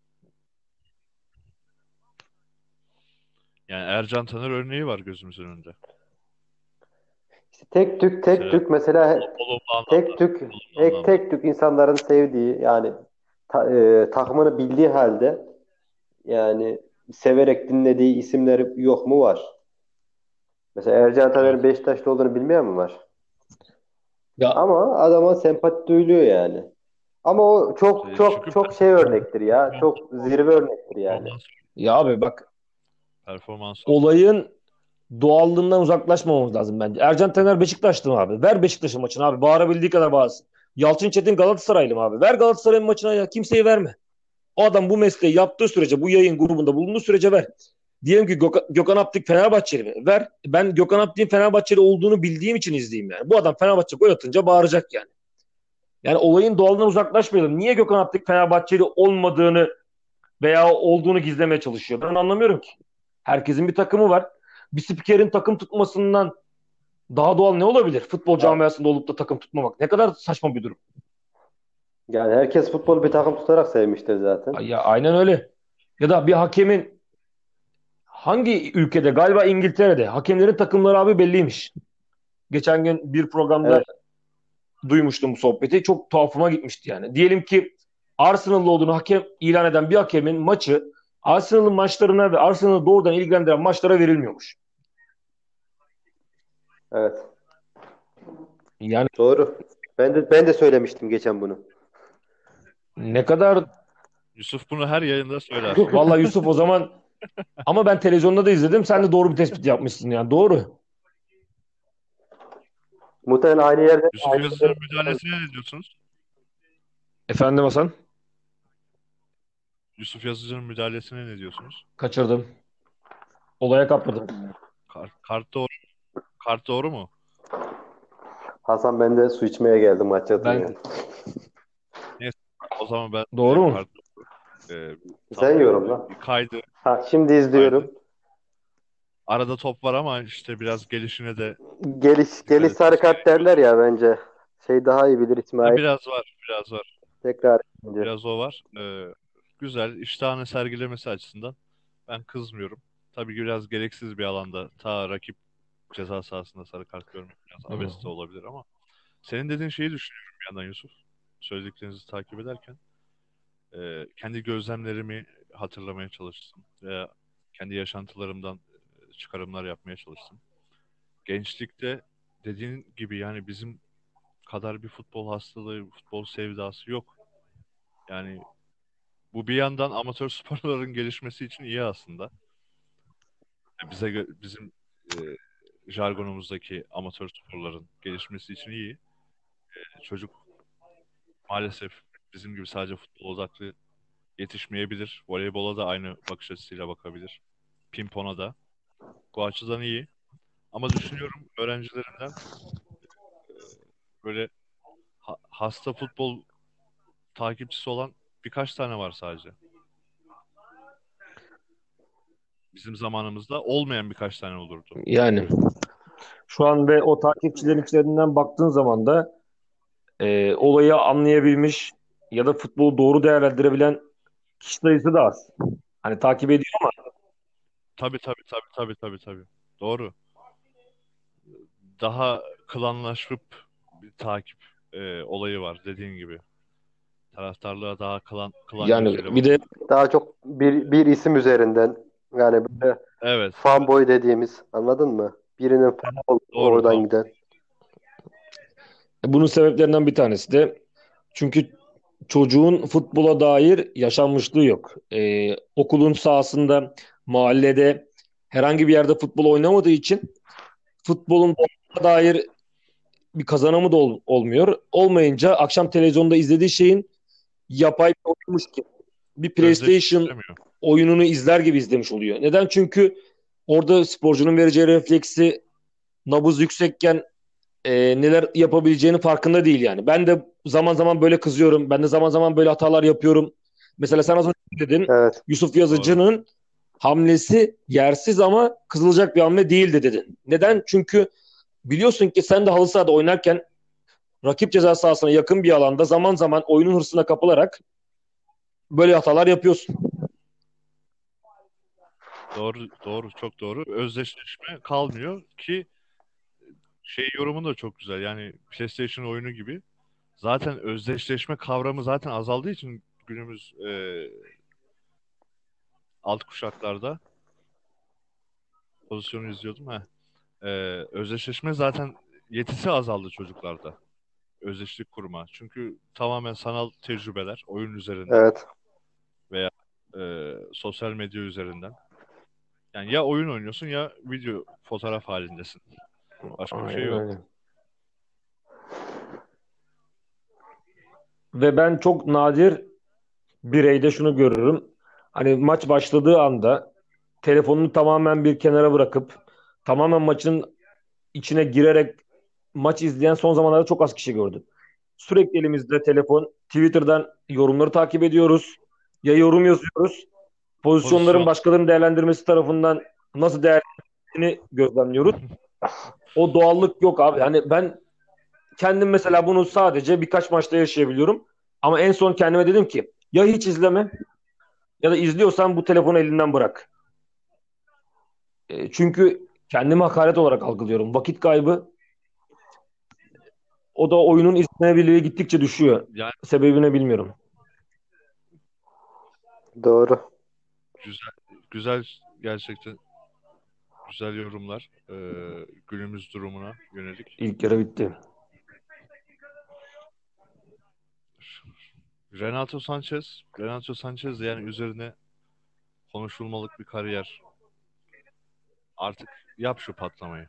Yani Ercan Taner örneği var gözümüzün önünde. İşte tek tük tek Mesela tük mesela ol- olumlu anlamda. tek tük Olumlu tek anlamda. tek tük insanların sevdiği yani ta- e, takımını bildiği halde yani severek dinlediği isimler yok mu var? Mesela Ercan Evet. Taner'in Beşiktaşlı olduğunu bilmeyen mi var? Ya Ama adama sempati duyuluyor yani. Ama o çok İşte çok çünkü çok şey örnektir ya. Çok zirve örnektir yani. performans, ya abi bak performans odaklı. olayın doğallığından uzaklaşmamamız lazım bence. Ercan Taner Beşiktaşlı mı abi? Ver Beşiktaş'ın maçını abi. Bağırabildiği kadar bağırsın. Yalçın Çetin Galatasaraylı mı abi? Ver Galatasaray'ın maçına ya. Kimseyi verme. O adam bu mesleği yaptığı sürece, bu yayın grubunda bulunduğu sürece ver. Diyelim ki Gökhan, Gökhan Aptik Fenerbahçeli mi? Ver. Ben Gökhan Aptik'in Fenerbahçeli olduğunu bildiğim için izleyeyim yani. Bu adam Fenerbahçe gol atınca bağıracak yani. Yani olayın doğalından uzaklaşmayalım. Niye Gökhan Aptik Fenerbahçeli olmadığını veya olduğunu gizlemeye çalışıyor? Ben anlamıyorum ki. Herkesin bir takımı var. Bir spikerin takım tutmasından daha doğal ne olabilir? Futbol Ya- camiasında olup da takım tutmamak. Ne kadar saçma bir durum. Yani herkes futbolu bir takım tutarak sevmiştir zaten. Ya aynen öyle. Ya da bir hakemin hangi ülkede galiba İngiltere'de hakemlerin takımları abi belliymiş. Geçen gün bir programda Evet. duymuştum bu sohbeti. Çok tuhafıma gitmişti yani. Diyelim ki Arsenal'lı olduğunu hakem ilan eden bir hakemin maçı Arsenal'ın maçlarına ve Arsenal'ı doğrudan ilgilendiren maçlara verilmiyormuş. Evet. Yani Doğru. Ben de ben de söylemiştim geçen bunu. ne kadar Yusuf bunu her yayında söyler. vallahi Yusuf o zaman ama ben televizyonda da izledim. Sen de doğru bir tespit yapmışsın yani. Doğru. Muhtemelen aynı yerde Yusuf aynı Yazıcı'nın yerde müdahalesine ne diyorsunuz? Efendim Hasan? Yusuf Yazıcı'nın müdahalesine ne diyorsunuz? Kaçırdım. Olaya kaptırdım. Kart, kart doğru, kart doğru mu? Hasan ben de su içmeye geldim maç Ben yatmaya. Neyse O zaman ben Doğru söyleyeyim, mu? pardon. Ee, Sen tam yorumla. bir kaydı, Ha, şimdi kaydı. izliyorum. Arada top var ama işte biraz gelişine de Geliş, dikkat geliş sarı etmesi kart gerekiyor. derler ya bence. Şey daha iyi bilir Ha, İsmail. biraz var, biraz var. Tekrar edince. Biraz o var. Ee, güzel. İştahını sergilemesi açısından ben kızmıyorum. Tabii ki biraz gereksiz bir alanda ta rakip ceza sahasında sarı kart görmek biraz Hı. abes de olabilir ama senin dediğin şeyi düşünüyorum bir yandan Yusuf. Söylediklerinizi takip ederken e, kendi gözlemlerimi hatırlamaya çalıştım veya kendi yaşantılarımdan e, çıkarımlar yapmaya çalıştım. Gençlikte dediğin gibi yani bizim kadar bir futbol hastalığı, futbol sevdası yok. Yani bu bir yandan amatör sporların gelişmesi için iyi aslında. Bize gö- bizim e, jargonumuzdaki amatör sporların gelişmesi için iyi. E, çocuk maalesef bizim gibi sadece futbol odaklı yetişmeyebilir. Voleybola da aynı bakış açısıyla bakabilir. Pimpona da. Bu açıdan iyi. Ama düşünüyorum öğrencilerimden e, böyle ha- hasta futbol takipçisi olan birkaç tane var sadece. Bizim zamanımızda olmayan birkaç tane olurdu. Yani şu an ve o takipçilerin içlerinden baktığın zaman da e, olayı anlayabilmiş ya da futbolu doğru değerlendirebilen kişi sayısı da az. Hani takip ediyor ama Tabii tabii tabii tabii tabii tabii. Doğru. Daha klanlaşıp bir takip e, olayı var dediğin gibi. Taraftarlığa daha klan, klan yani gözüyle bir de bakıyor. Daha çok bir, bir isim üzerinden. Yani böyle Evet, evet. fanboy dediğimiz, anladın mı? Birinin fanı olup Doğru, oradan fan. giden. bunun sebeplerinden bir tanesi de çünkü çocuğun futbola dair yaşanmışlığı yok. E, okulun sahasında, mahallede herhangi bir yerde futbol oynamadığı için futbolun dair bir kazanımı da ol- olmuyor. Olmayınca akşam televizyonda izlediği şeyin yapay bir oyunmuş gibi bir PlayStation Özdeşleştiremiyor. oyununu izler gibi izlemiş oluyor. Neden? Çünkü orada sporcunun vereceği refleksi nabız yüksekken e, neler yapabileceğinin farkında değil yani. Ben de zaman zaman böyle kızıyorum. Ben de zaman zaman böyle hatalar yapıyorum. Mesela sen az önce dedin Evet. Yusuf Doğru. Yazıcı'nın hamlesi yersiz ama kızılacak bir hamle değildi dedin. Neden? Çünkü biliyorsun ki sen de halı sahada oynarken rakip ceza sahasına yakın bir alanda zaman zaman oyunun hırsına kapılarak böyle hatalar yapıyorsun. Doğru, doğru, çok doğru. Özdeşleşme kalmıyor ki şey yorumu da çok güzel. Yani PlayStation oyunu gibi. Zaten özdeşleşme kavramı zaten azaldığı için günümüz e, alt kuşaklarda pozisyonu izliyordum. Heh. E, özdeşleşme zaten yetisi azaldı çocuklarda. Özdeşlik kurma. Çünkü tamamen sanal tecrübeler oyun üzerinden Evet. veya e, sosyal medya üzerinden. Yani ya oyun oynuyorsun ya video fotoğraf halindesin. Başka bir şey Aynen yok. öyle. Ve ben çok nadir bireyde şunu görürüm. Hani maç başladığı anda telefonunu tamamen bir kenara bırakıp tamamen maçın içine girerek maç izleyen son zamanlarda çok az kişi gördüm. Sürekli elimizde telefon, Twitter'dan yorumları takip ediyoruz. Ya yorum yazıyoruz, pozisyonların Pozisyon. başkalarının değerlendirmesi tarafından nasıl değerlendirildiğini gözlemliyoruz. O doğallık yok abi. Yani ben kendim mesela bunu sadece birkaç maçta yaşayabiliyorum. Ama en son kendime dedim ki ya hiç izleme ya da izliyorsan bu telefonu elinden bırak. E, çünkü kendimi hakaret olarak algılıyorum. Vakit kaybı, o da oyunun izlenebilirliği gittikçe düşüyor. Yani Sebebini bilmiyorum. Doğru. güzel, güzel gerçekten güzel yorumlar e, günümüz durumuna yönelik. İlk yarı bitti. Renato Sanchez, Renato Sanchez yani üzerine konuşulmalık bir kariyer. Artık yap şu patlamayı.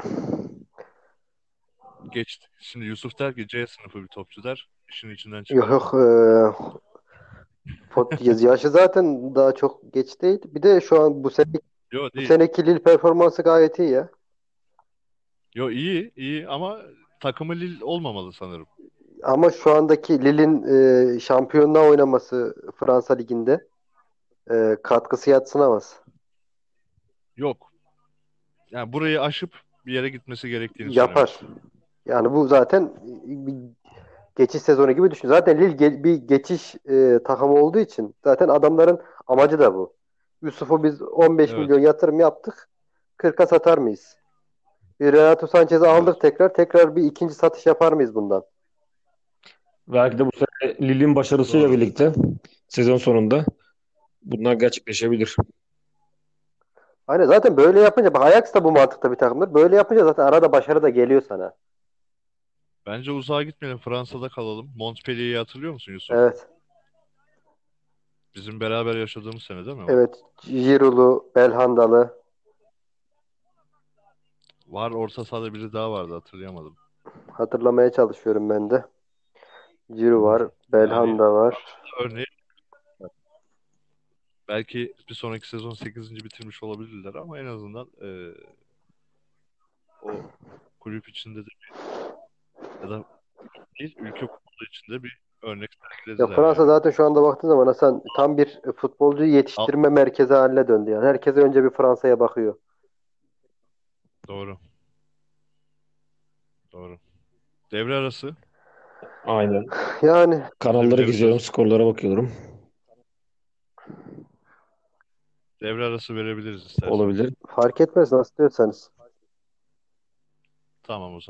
Geçti. Şimdi Yusuf der ki C sınıfı bir topçu der. İşin içinden Yok yok. çıkaramadı. eee, pot, yaşı zaten daha çok geç değil. Bir de şu an bu sene Yo bu değil. seneki Lille performansı gayet iyi ya. Yo iyi iyi ama takımı Lille olmamalı sanırım. Ama şu andaki Lille'in e, şampiyonluğa oynaması Fransa Ligi'nde e, katkısı yadsınamaz. Yok. Yani burayı aşıp bir yere gitmesi gerektiğini söylemek Yapar. istedim. Yani bu zaten bir geçiş sezonu gibi düşün. Zaten Lille ge- bir geçiş e, takımı olduğu için zaten adamların amacı da bu. Yusuf'u biz on beş milyon Evet. yatırım yaptık. kırka satar mıyız? Bir Renato Sanchez'i Evet. aldık tekrar. Tekrar bir ikinci satış yapar mıyız bundan? Belki de bu sene Lille'in başarısıyla Doğru. birlikte sezon sonunda bunlar gerçekleşebilir. Aynen zaten böyle yapınca bak Ajax da bu mantıkta bir takımdır. Böyle yapınca zaten arada başarı da geliyor sana. Bence uzağa gitmeyelim. Fransa'da kalalım. Montpellier'i hatırlıyor musun Yusuf? Evet. Bizim beraber yaşadığımız sene değil mi o? Evet. Giroud'lu, Belhandalı. Var, orta sahada biri daha vardı, hatırlayamadım. Hatırlamaya çalışıyorum ben de. Giroud var. Yani Belhanda var. örneğin belki bir sonraki sezon sekizinci bitirmiş olabilirler ama en azından e, o kulüp içinde de ya da değil, ülke futbolu içinde bir örnek Ya sergilediler Fransa yani. zaten şu anda baktığın zaman Hasan tam bir futbolcuyu Al, yetiştirme merkezi haline döndü yani. Herkes önce bir Fransa'ya bakıyor. doğru, doğru. Devre arası Aynen. Yani Kanalları verebilir geziyorum, miyiz? skorlara bakıyorum. Devre arası verebiliriz istersen. Olabilir. fark etmez nasıl diyorsanız. Tamam o